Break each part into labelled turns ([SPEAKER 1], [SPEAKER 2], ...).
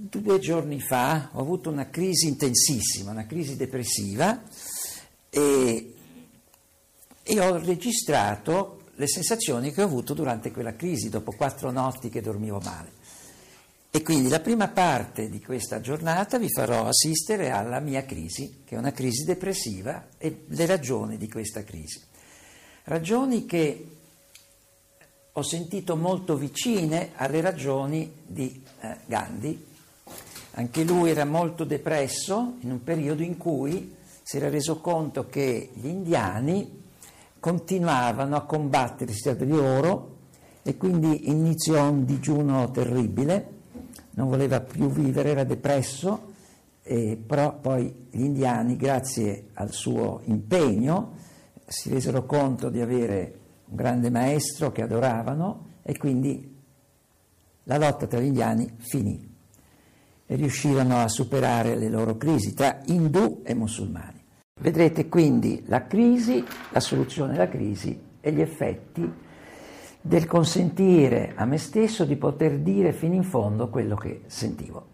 [SPEAKER 1] 2 giorni fa ho avuto una crisi intensissima, una crisi depressiva e ho registrato le sensazioni che ho avuto durante quella crisi, dopo 4 notti che dormivo male. E quindi la prima parte di questa giornata vi farò assistere alla mia crisi, che è una crisi depressiva, e le ragioni di questa crisi. Ragioni che ho sentito molto vicine alle ragioni di Gandhi. Anche lui era molto depresso in un periodo in cui si era reso conto che gli indiani continuavano a combattere il sistema di oro e quindi iniziò un digiuno terribile, non voleva più vivere, era depresso, però poi gli indiani, grazie al suo impegno, si resero conto di avere un grande maestro che adoravano e quindi la lotta tra gli indiani finì e riuscirono a superare le loro crisi tra indù e musulmani. Vedrete quindi la crisi, la soluzione della crisi e gli effetti del consentire a me stesso di poter dire fino in fondo quello che sentivo.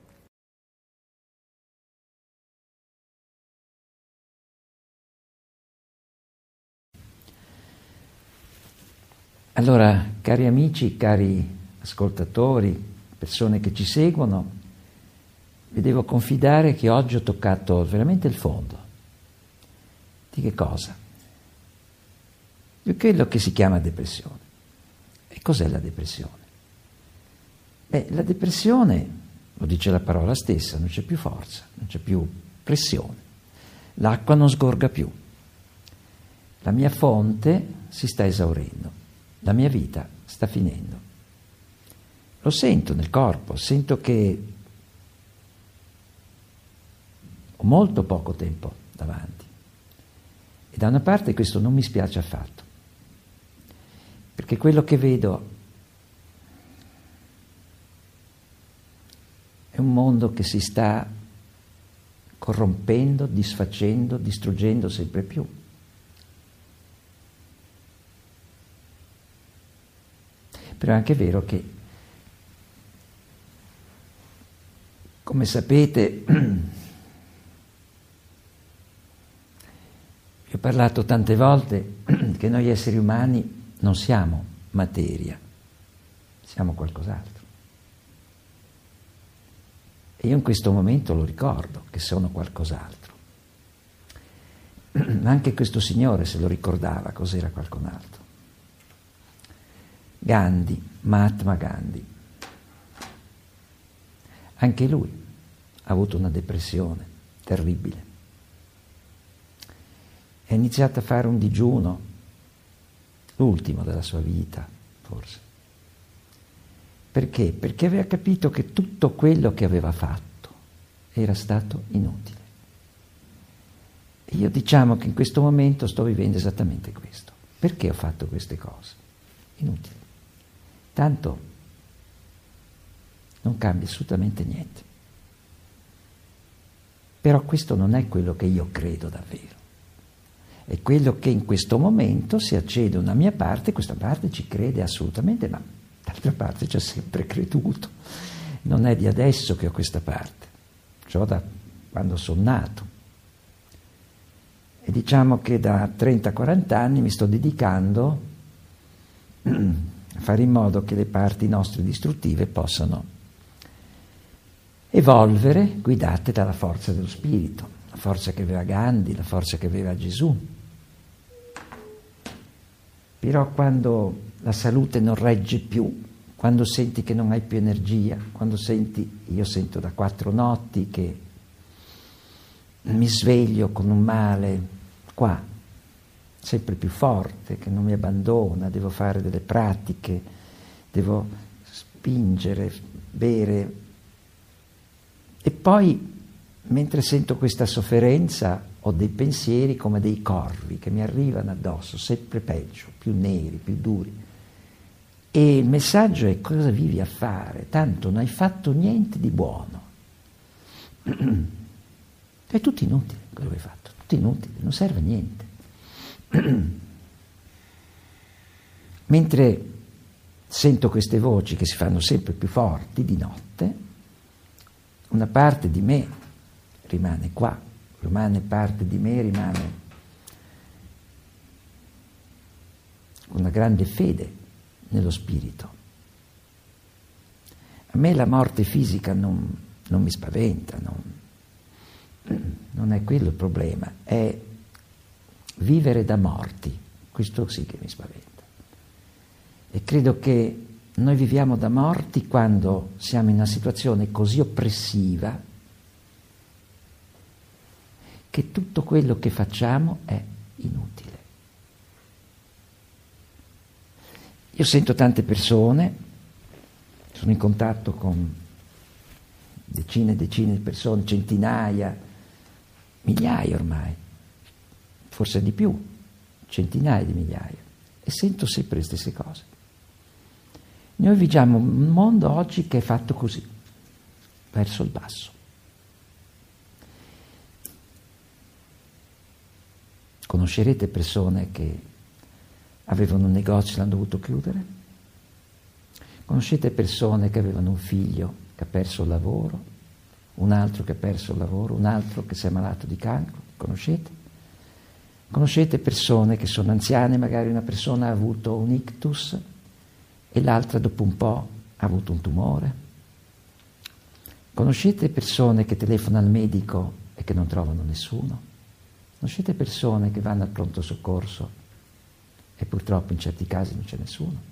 [SPEAKER 1] Allora, cari amici, cari ascoltatori, persone che ci seguono, vi devo confidare che oggi ho toccato veramente il fondo. Di che cosa? Di quello che si chiama depressione. E cos'è la depressione? La depressione, lo dice la parola stessa, non c'è più forza, non c'è più pressione, l'acqua non sgorga più, la mia fonte si sta esaurendo, la mia vita sta finendo. Lo sento nel corpo, sento che ho molto poco tempo davanti. E da una parte questo non mi spiace affatto, perché quello che vedo è un mondo che si sta corrompendo, disfacendo, distruggendo sempre più. Però è anche vero che, come sapete, vi ho parlato tante volte che noi esseri umani non siamo materia, siamo qualcos'altro. E io in questo momento lo ricordo che sono qualcos'altro. Ma anche questo signore se lo ricordava cos'era qualcun altro. Gandhi, Mahatma Gandhi. Anche lui ha avuto una depressione terribile. È iniziato a fare un digiuno, l'ultimo della sua vita, forse. Perché? Perché aveva capito che tutto quello che aveva fatto era stato inutile. E io diciamo che in questo momento sto vivendo esattamente questo. Perché ho fatto queste cose? Inutili. Tanto non cambia assolutamente niente. Però questo non è quello che io credo davvero. È quello che in questo momento si accede a una mia parte, questa parte ci crede assolutamente, ma d'altra parte ci ha sempre creduto. Non è di adesso che ho questa parte, cioè da quando sono nato. E diciamo che da 30-40 anni mi sto dedicando a fare in modo che le parti nostre distruttive possano evolvere guidate dalla forza dello spirito, la forza che aveva Gandhi, la forza che aveva Gesù. Però quando la salute non regge più, quando senti che non hai più energia, quando senti, io sento da 4 notti che mi sveglio con un male qua, sempre più forte, che non mi abbandona, devo fare delle pratiche, devo spingere, bere. E poi, mentre sento questa sofferenza, ho dei pensieri come dei corvi che mi arrivano addosso, sempre peggio, più neri, più duri. E il messaggio è: cosa vivi a fare? Tanto non hai fatto niente di buono. È tutto inutile quello che hai fatto, tutto inutile, non serve a niente. Mentre sento queste voci che si fanno sempre più forti di notte, una parte di me rimane qua, parte di me rimane con una grande fede nello spirito. A me la morte fisica non mi spaventa, non è quello il problema, è vivere da morti, questo sì che mi spaventa. E credo che noi viviamo da morti quando siamo in una situazione così oppressiva che tutto quello che facciamo è inutile. Io sento tante persone, sono in contatto con decine e decine di persone, centinaia, migliaia ormai, forse di più, centinaia di migliaia, e sento sempre le stesse cose. Noi viviamo un mondo oggi che è fatto così, verso il basso. Conoscerete persone che avevano un negozio e l'hanno dovuto chiudere? Conoscete persone che avevano un figlio che ha perso il lavoro, un altro che ha perso il lavoro, un altro che si è malato di cancro? Conoscete? Conoscete persone che sono anziane, magari una persona ha avuto un ictus e l'altra dopo un po' ha avuto un tumore? Conoscete persone che telefonano al medico e che non trovano nessuno? Conoscete persone che vanno al pronto soccorso e purtroppo in certi casi non c'è nessuno?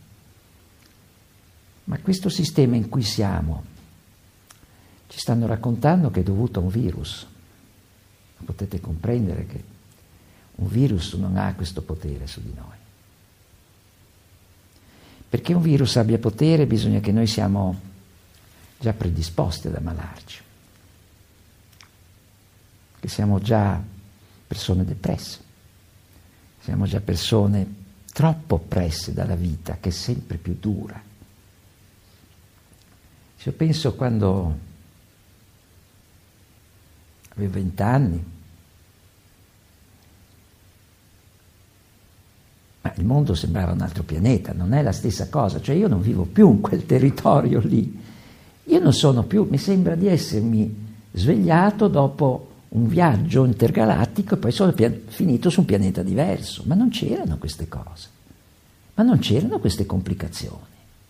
[SPEAKER 1] Ma questo sistema in cui siamo, ci stanno raccontando che è dovuto a un virus. Potete comprendere che un virus non ha questo potere su di noi. Perché un virus abbia potere bisogna che noi siamo già predisposti ad ammalarci, che siamo già persone depresse, siamo già persone troppo oppresse dalla vita che è sempre più dura. Se io penso quando avevo 20 anni, ma il mondo sembrava un altro pianeta, non è la stessa cosa, cioè io non vivo più in quel territorio lì, io non sono più, mi sembra di essermi svegliato dopo un viaggio intergalattico e poi sono finito su un pianeta diverso, ma non c'erano queste cose, ma non c'erano queste complicazioni,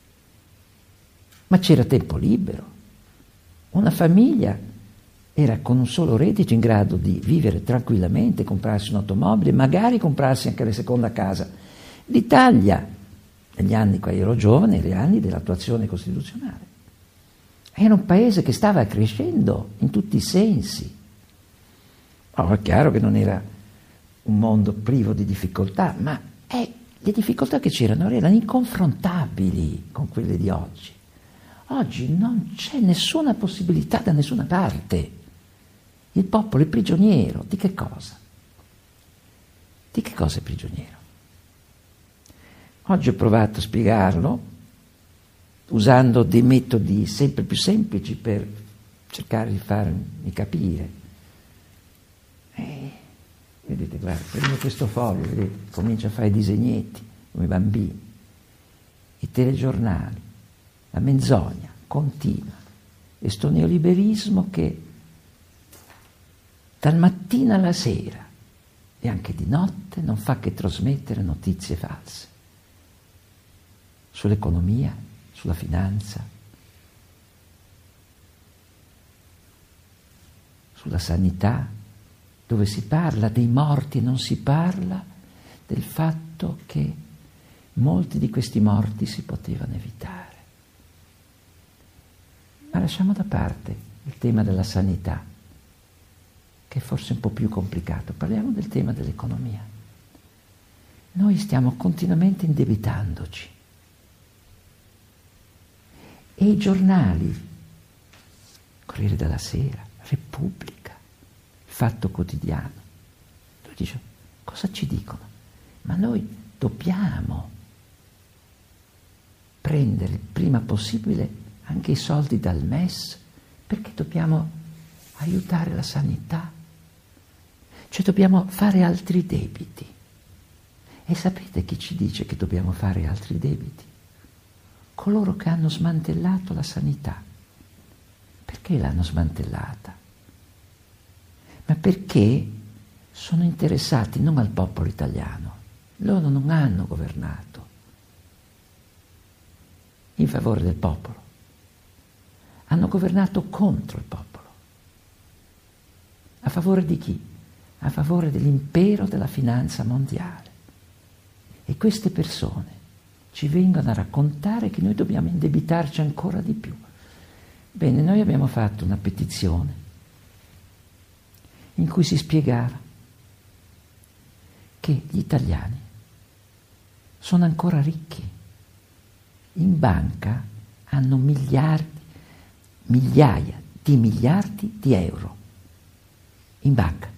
[SPEAKER 1] ma c'era tempo libero, una famiglia era con un solo reddito in grado di vivere tranquillamente, comprarsi un'automobile, magari comprarsi anche la seconda casa. L'Italia, negli anni in cui ero giovane, negli anni dell'attuazione costituzionale, era un paese che stava crescendo in tutti i sensi. Oh, è chiaro che non era un mondo privo di difficoltà, ma le difficoltà che c'erano erano inconfrontabili con quelle di oggi. Oggi non c'è nessuna possibilità da nessuna parte. Il popolo è prigioniero. Di che cosa? Di che cosa è prigioniero? Oggi ho provato a spiegarlo usando dei metodi sempre più semplici per cercare di farmi capire. Vedete, guarda, prendo questo foglio, vedete, comincio a fare i disegnetti come i bambini, i telegiornali, la menzogna continua, e sto neoliberismo che dal mattino alla sera e anche di notte non fa che trasmettere notizie false sull'economia, sulla finanza, sulla sanità, dove si parla dei morti e non si parla del fatto che molti di questi morti si potevano evitare. Ma lasciamo da parte il tema della sanità, che è forse un po' più complicato. Parliamo del tema dell'economia. Noi stiamo continuamente indebitandoci. E i giornali, Corriere della Sera, Repubblica, Fatto Quotidiano, lui dice, cosa ci dicono? Ma noi dobbiamo prendere il prima possibile anche i soldi dal MES, perché dobbiamo aiutare la sanità, cioè dobbiamo fare altri debiti. E sapete chi ci dice che dobbiamo fare altri debiti? Coloro che hanno smantellato la sanità, Perché l'hanno smantellata? Ma perché sono interessati non al popolo italiano. Loro non hanno governato in favore del popolo. Hanno governato contro il popolo. A favore di chi? A favore dell'impero della finanza mondiale. E queste persone ci vengono a raccontare che noi dobbiamo indebitarci ancora di più. Bene, noi abbiamo fatto una petizione in cui si spiegava che gli italiani sono ancora ricchi. In banca hanno migliaia di miliardi di euro. In banca.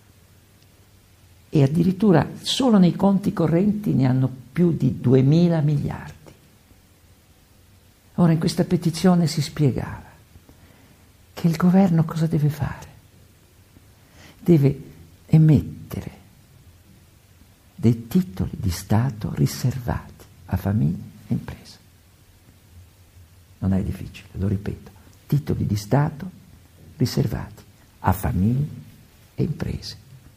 [SPEAKER 1] E addirittura solo nei conti correnti ne hanno più di 2.000 miliardi. Ora in questa petizione si spiegava che il governo cosa deve fare? Deve emettere dei titoli di Stato riservati a famiglie e imprese. Non è difficile, lo ripeto, titoli di Stato riservati a famiglie e imprese.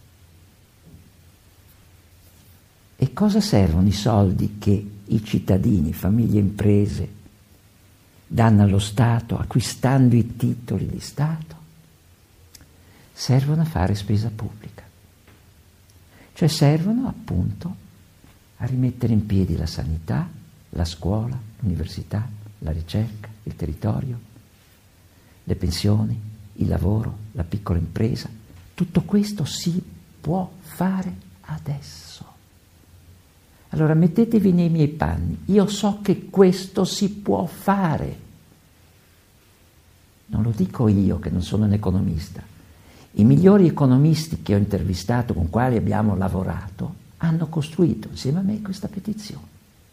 [SPEAKER 1] E cosa servono i soldi che i cittadini, famiglie e imprese danno allo Stato acquistando i titoli di Stato? Servono a fare spesa pubblica. Cioè servono appunto a rimettere in piedi la sanità, la scuola, l'università, la ricerca, il territorio, le pensioni, il lavoro, la piccola impresa. Tutto questo si può fare adesso. Allora mettetevi nei miei panni, io so che questo si può fare. Non lo dico io che non sono un economista. I migliori economisti che ho intervistato, con quali abbiamo lavorato, hanno costruito insieme a me questa petizione.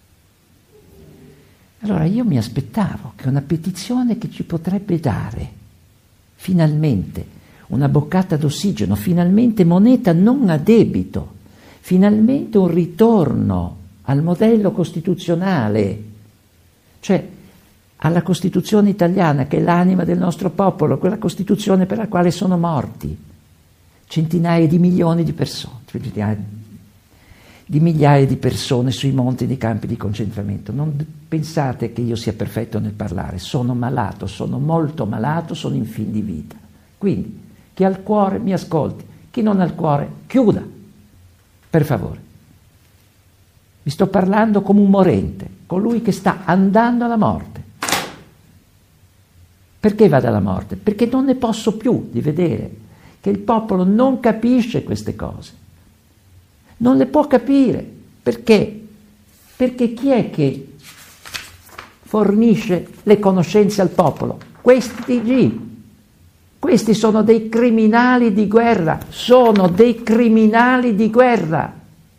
[SPEAKER 1] Allora io mi aspettavo che una petizione che ci potrebbe dare finalmente una boccata d'ossigeno, finalmente moneta non a debito, finalmente un ritorno al modello costituzionale, cioè alla Costituzione italiana che è l'anima del nostro popolo, quella Costituzione per la quale sono morti centinaia di milioni di persone, di migliaia di persone sui monti, nei campi di concentramento. Non pensate che io sia perfetto nel parlare, sono malato, sono molto malato, sono in fin di vita. Quindi chi ha il cuore mi ascolti, chi non ha il cuore chiuda, per favore. Vi sto parlando come un morente, colui che sta andando alla morte. Perché vado alla morte? Perché non ne posso più di vedere che il popolo non capisce queste cose. Non le può capire. Perché? Perché chi è che fornisce le conoscenze al popolo? Questi sono dei criminali di guerra, sono dei criminali di guerra.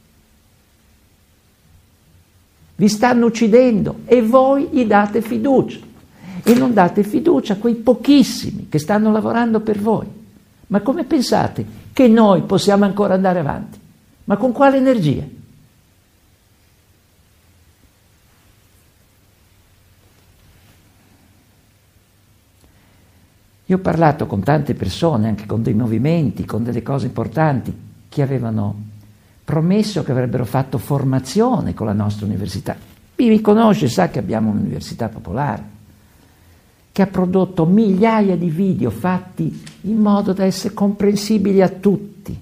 [SPEAKER 1] Vi stanno uccidendo e voi gli date fiducia. E non date fiducia a quei pochissimi che stanno lavorando per voi. Ma come pensate che noi possiamo ancora andare avanti? Ma con quale energia? Io ho parlato con tante persone, anche con dei movimenti, con delle cose importanti, che avevano promesso che avrebbero fatto formazione con la nostra università. Chi mi conosce sa che abbiamo un'università popolare, che ha prodotto migliaia di video fatti in modo da essere comprensibili a tutti.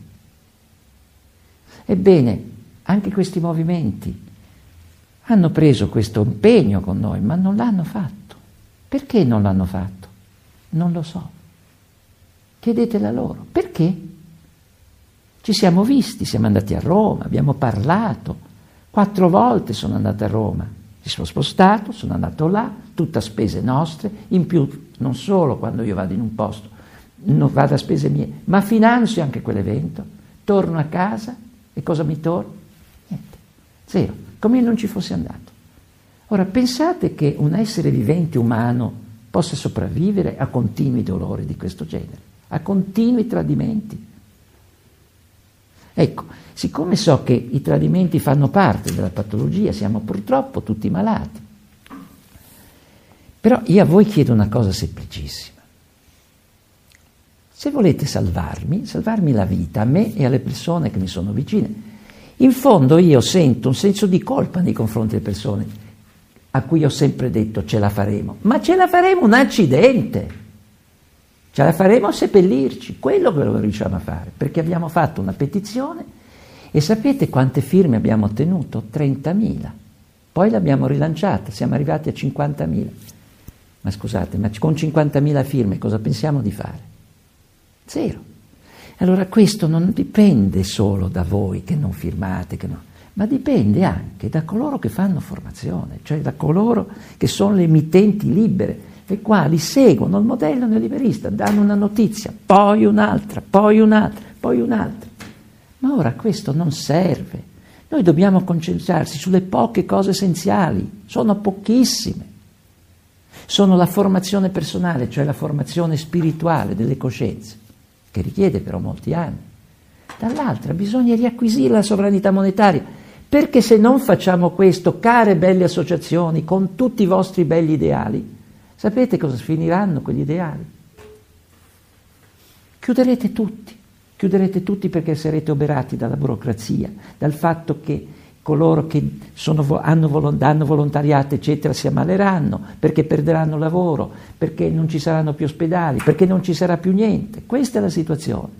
[SPEAKER 1] Ebbene, anche questi movimenti hanno preso questo impegno con noi, ma non l'hanno fatto. Perché non l'hanno fatto? Non lo so. Chiedetela a loro. Perché? Ci siamo visti, siamo andati a Roma, abbiamo parlato. 4 volte sono andato a Roma. Mi sono spostato, sono andato là, tutto a spese nostre, in più non solo quando io vado in un posto, non vado a spese mie, ma finanzio anche quell'evento, torno a casa e cosa mi torna? Niente, zero, come non ci fosse andato. Ora pensate che un essere vivente umano possa sopravvivere a continui dolori di questo genere, a continui tradimenti. Ecco, siccome so che i tradimenti fanno parte della patologia, siamo purtroppo tutti malati, però io a voi chiedo una cosa semplicissima. Se volete salvarmi la vita, a me e alle persone che mi sono vicine. In fondo io sento un senso di colpa nei confronti delle persone a cui ho sempre detto ce la faremo, ma ce la faremo un accidente, ce la faremo a seppellirci, quello che lo riusciamo a fare, perché abbiamo fatto una petizione e sapete quante firme abbiamo ottenuto? 30.000, poi l'abbiamo rilanciata, siamo arrivati a 50.000, ma scusate, ma con 50.000 firme cosa pensiamo di fare? Zero. Allora questo non dipende solo da voi che non firmate, ma dipende anche da coloro che fanno formazione, cioè da coloro che sono le emittenti libere, le quali seguono il modello neoliberista, danno una notizia, poi un'altra, poi un'altra, poi un'altra. Ma ora questo non serve. Noi dobbiamo concentrarsi sulle poche cose essenziali, sono pochissime. Sono la formazione personale, cioè la formazione spirituale delle coscienze, che richiede però molti anni. Dall'altra bisogna riacquisire la sovranità monetaria, perché se non facciamo questo, care belle associazioni, con tutti i vostri belli ideali, sapete cosa finiranno quegli ideali? Chiuderete tutti perché sarete oberati dalla burocrazia, dal fatto che coloro che danno volontariato eccetera si ammaleranno, perché perderanno lavoro, perché non ci saranno più ospedali, perché non ci sarà più niente. Questa è la situazione.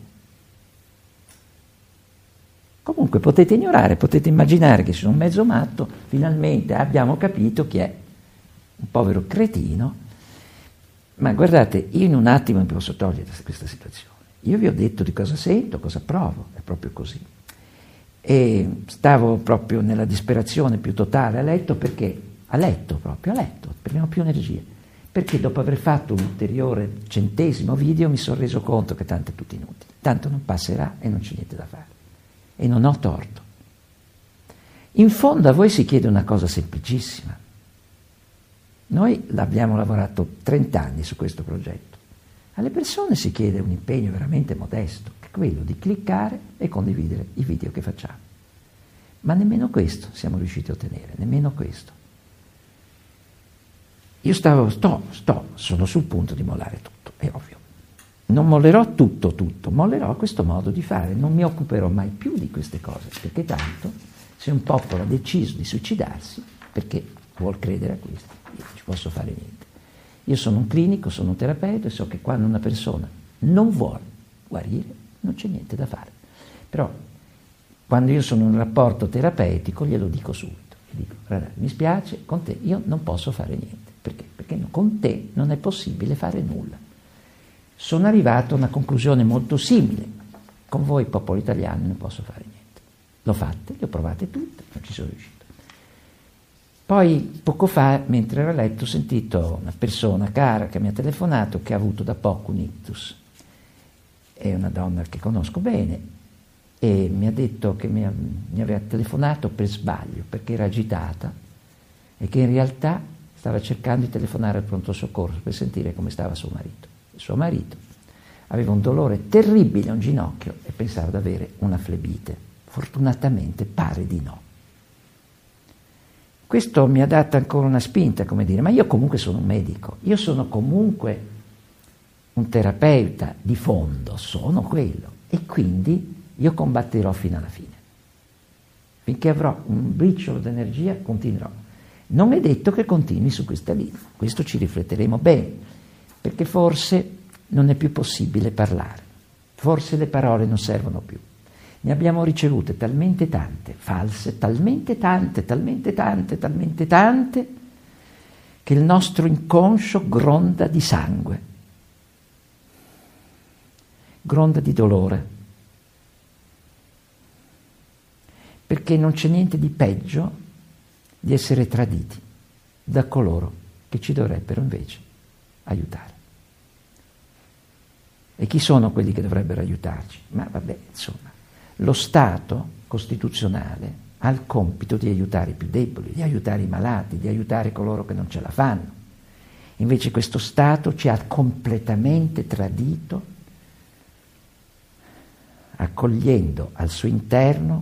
[SPEAKER 1] Comunque potete ignorare, potete immaginare che sono un mezzo matto, finalmente abbiamo capito chi è un povero cretino, ma guardate, io in un attimo mi posso togliere da questa situazione. Io vi ho detto di cosa sento, cosa provo, è proprio così. E stavo proprio nella disperazione più totale a letto, perché non ho più energie, perché dopo aver fatto un ulteriore 100° video mi sono reso conto che tanto è tutto inutile, tanto non passerà e non c'è niente da fare, e non ho torto. In fondo a voi si chiede una cosa semplicissima. Noi abbiamo lavorato 30 anni su questo progetto. Alle persone si chiede un impegno veramente modesto, che è quello di cliccare e condividere i video che facciamo. Ma nemmeno questo siamo riusciti a ottenere, nemmeno questo. Io sono sul punto di mollare tutto, è ovvio. Non mollerò tutto, mollerò questo modo di fare, non mi occuperò mai più di queste cose, perché tanto se un popolo ha deciso di suicidarsi, perché vuol credere a questo, io non ci posso fare niente. Io sono un clinico, sono un terapeuta e so che quando una persona non vuole guarire non c'è niente da fare. Però quando io sono in un rapporto terapeutico glielo dico subito. Gli dico, guarda, mi spiace, con te io non posso fare niente. Perché? Perché con te non è possibile fare nulla. Sono arrivato a una conclusione molto simile. Con voi, popolo italiano, non posso fare niente. L'ho fatte, le ho provate tutte, non ci sono riuscito. Poi poco fa, mentre ero a letto, ho sentito una persona cara che mi ha telefonato, che ha avuto da poco un ictus. È una donna che conosco bene e mi ha detto che mi aveva telefonato per sbaglio, perché era agitata e che in realtà stava cercando di telefonare al pronto soccorso per sentire come stava suo marito. Il suo marito aveva un dolore terribile a un ginocchio e pensava di avere una flebite. Fortunatamente pare di no. Questo mi ha dato ancora una spinta, come dire, ma io comunque sono un medico, io sono comunque un terapeuta di fondo, sono quello, e quindi io combatterò fino alla fine. Finché avrò un briciolo di energia, continuerò. Non è detto che continui su questa linea, questo ci rifletteremo bene, perché forse non è più possibile parlare, forse le parole non servono più. Ne abbiamo ricevute talmente tante, false, talmente tante, che il nostro inconscio gronda di sangue, gronda di dolore, perché non c'è niente di peggio di essere traditi da coloro che ci dovrebbero invece aiutare. E chi sono quelli che dovrebbero aiutarci? Ma vabbè, insomma, lo Stato costituzionale ha il compito di aiutare i più deboli, di aiutare i malati, di aiutare coloro che non ce la fanno. Invece questo Stato ci ha completamente tradito, accogliendo al suo interno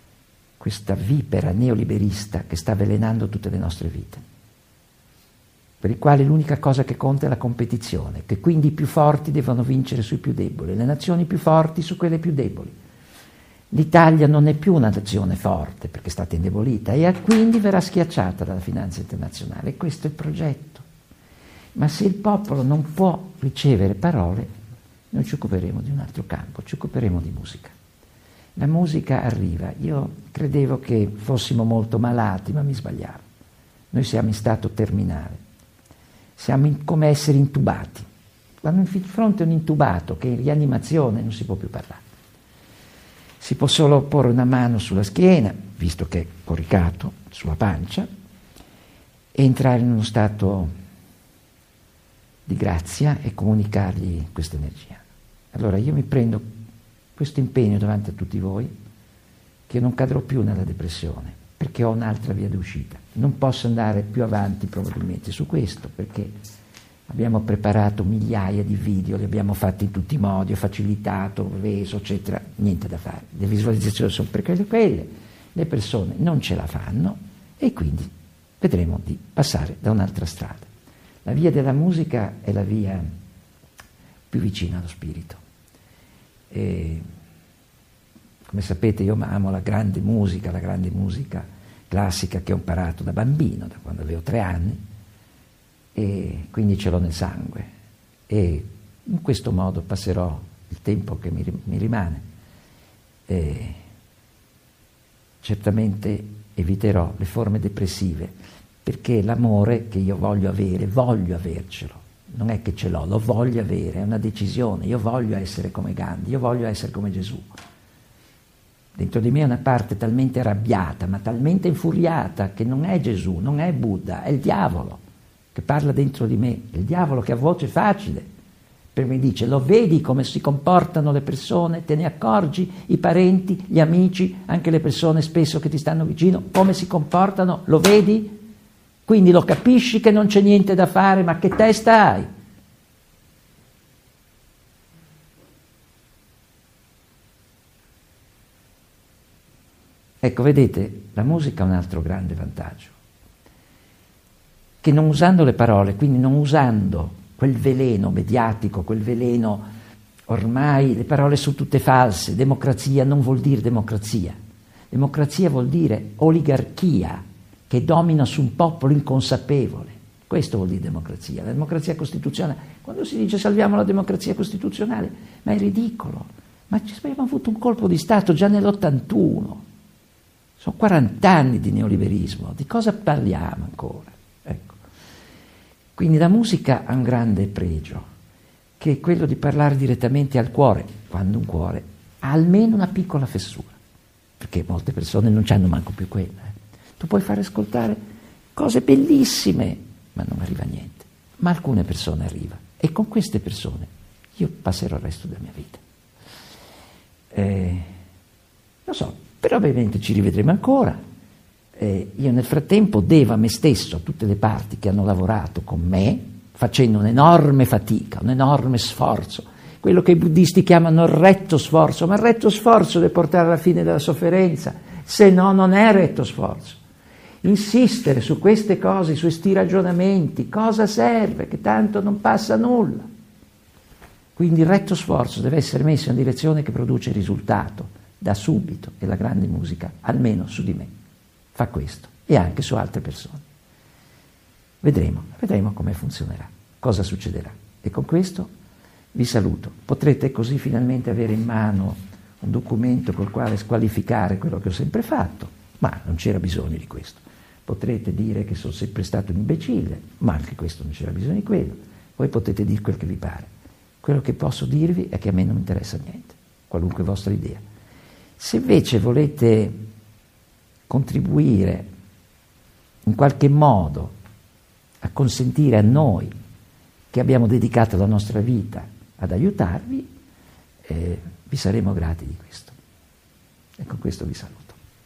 [SPEAKER 1] questa vipera neoliberista che sta avvelenando tutte le nostre vite. per i quali l'unica cosa che conta è la competizione, che quindi i più forti devono vincere sui più deboli, le nazioni più forti su quelle più deboli. L'Italia non è più una nazione forte perché è stata indebolita e quindi verrà schiacciata dalla finanza internazionale. Questo è il progetto. Ma se il popolo non può ricevere parole, noi ci occuperemo di un altro campo, ci occuperemo di musica. La musica arriva. Io credevo che fossimo molto malati, ma mi sbagliavo. Noi siamo in stato terminale. Siamo come essere intubati. Quando di fronte a un intubato che è in rianimazione non si può più parlare. Si può solo porre una mano sulla schiena, visto che è coricato, sulla pancia, e entrare in uno stato di grazia e comunicargli questa energia. Allora io mi prendo questo impegno davanti a tutti voi, che non cadrò più nella depressione, perché ho un'altra via d'uscita. Non posso andare più avanti probabilmente su questo, perché abbiamo preparato migliaia di video, li abbiamo fatti in tutti i modi, ho facilitato, reso, eccetera, niente da fare. Le visualizzazioni sono per quelle, le persone non ce la fanno e quindi vedremo di passare da un'altra strada. La via della musica è la via più vicina allo spirito. E, come sapete, io amo la grande musica classica che ho imparato da bambino, da quando avevo 3 anni, e quindi ce l'ho nel sangue. E in questo modo passerò il tempo che mi rimane. E certamente eviterò le forme depressive, perché l'amore che io voglio avercelo. Non è che ce l'ho, lo voglio avere, è una decisione. Io voglio essere come Gandhi, io voglio essere come Gesù. Dentro di me è una parte talmente arrabbiata, ma talmente infuriata, che non è Gesù, non è Buddha, è il diavolo che parla dentro di me. È il diavolo che ha voce facile, perché mi dice: lo vedi come si comportano le persone? Te ne accorgi? I parenti, gli amici, anche le persone spesso che ti stanno vicino, come si comportano? Lo vedi? Quindi lo capisci che non c'è niente da fare, ma che testa hai? Ecco, vedete, la musica ha un altro grande vantaggio, che non usando le parole, quindi non usando quel veleno mediatico, quel veleno, ormai le parole sono tutte false, democrazia non vuol dire democrazia, democrazia vuol dire oligarchia che domina su un popolo inconsapevole. Questo vuol dire democrazia. La democrazia costituzionale, quando si dice salviamo la democrazia costituzionale, ma è ridicolo, ma abbiamo avuto un colpo di Stato già nell'81, sono 40 anni di neoliberismo, di cosa parliamo ancora? Ecco. Quindi la musica ha un grande pregio, che è quello di parlare direttamente al cuore, quando un cuore ha almeno una piccola fessura, perché molte persone non c'hanno manco più quella. Tu puoi fare ascoltare cose bellissime, ma non arriva niente. Ma alcune persone arriva, e con queste persone io passerò il resto della mia vita. Lo so, però ovviamente ci rivedremo ancora. Io nel frattempo devo a me stesso, a tutte le parti che hanno lavorato con me, facendo un'enorme fatica, un enorme sforzo, quello che i buddisti chiamano il retto sforzo, ma il retto sforzo deve portare alla fine della sofferenza, se no non è retto sforzo. Insistere su queste cose, su questi ragionamenti, cosa serve? Che tanto non passa nulla. Quindi il retto sforzo deve essere messo in direzione che produce risultato da subito, e la grande musica, almeno su di me, fa questo, e anche su altre persone. Vedremo come funzionerà, cosa succederà. E con questo vi saluto. Potrete così finalmente avere in mano un documento col quale squalificare quello che ho sempre fatto, ma non c'era bisogno di questo. Potrete dire che sono sempre stato un imbecille, ma anche questo non c'era bisogno di quello. Voi potete dire quel che vi pare. Quello che posso dirvi è che a me non interessa niente, qualunque vostra idea. Se invece volete contribuire in qualche modo a consentire a noi, che abbiamo dedicato la nostra vita ad aiutarvi, vi saremo grati di questo. E con questo vi saluto.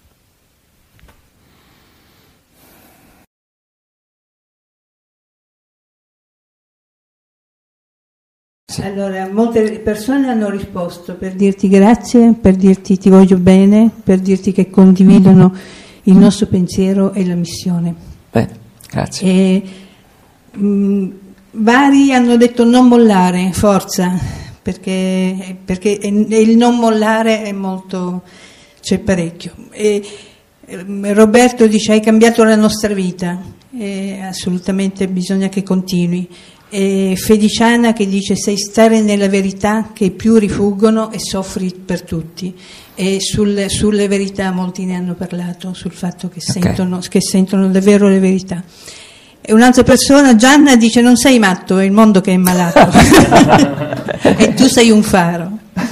[SPEAKER 2] Sì. Allora, molte persone hanno risposto per dirti grazie, per dirti ti voglio bene, per dirti che condividono il nostro pensiero e la missione.
[SPEAKER 1] Bene, grazie.
[SPEAKER 2] E vari hanno detto non mollare, forza, perché il non mollare è molto, c'è parecchio. E Roberto dice: hai cambiato la nostra vita, e assolutamente bisogna che continui. E Feliciana che dice: sai stare nella verità che più rifuggono e soffri per tutti. E sulle verità molti ne hanno parlato, sul fatto che sentono davvero le verità. E un'altra persona, Gianna, dice: non sei matto, è il mondo che è malato e tu sei un faro.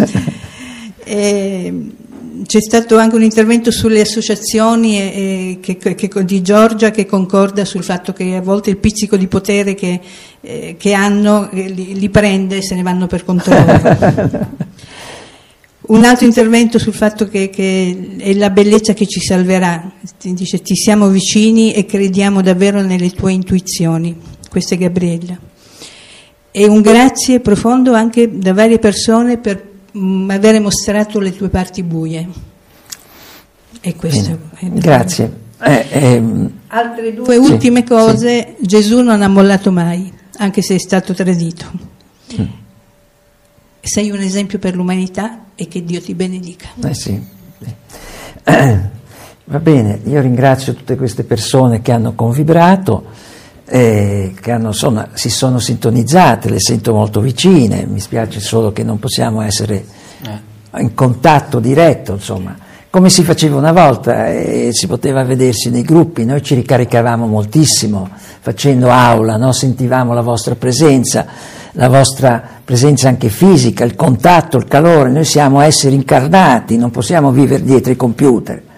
[SPEAKER 2] C'è stato anche un intervento sulle associazioni di Giorgia, che concorda sul fatto che a volte il pizzico di potere che hanno li prende e se ne vanno per conto loro. Un altro intervento sul fatto che è la bellezza che ci salverà. Dice: ti siamo vicini e crediamo davvero nelle tue intuizioni. Questa è Gabriella. E un grazie profondo anche da varie persone per avere mostrato le tue parti buie. E questo
[SPEAKER 1] grazie.
[SPEAKER 2] Altre due ultime cose. Sì. Gesù non ha mollato mai, anche se è stato tradito. Sei un esempio per l'umanità e che Dio ti benedica.
[SPEAKER 1] Sì. Va bene, io ringrazio tutte queste persone che hanno convibrato, che si sono sintonizzate, le sento molto vicine. Mi spiace solo che non possiamo essere in contatto diretto, insomma, come si faceva una volta, si poteva vedersi nei gruppi. Noi ci ricaricavamo moltissimo facendo aula, no? Sentivamo la vostra presenza anche fisica, il contatto, il calore. Noi siamo esseri incarnati, non possiamo vivere dietro i computer.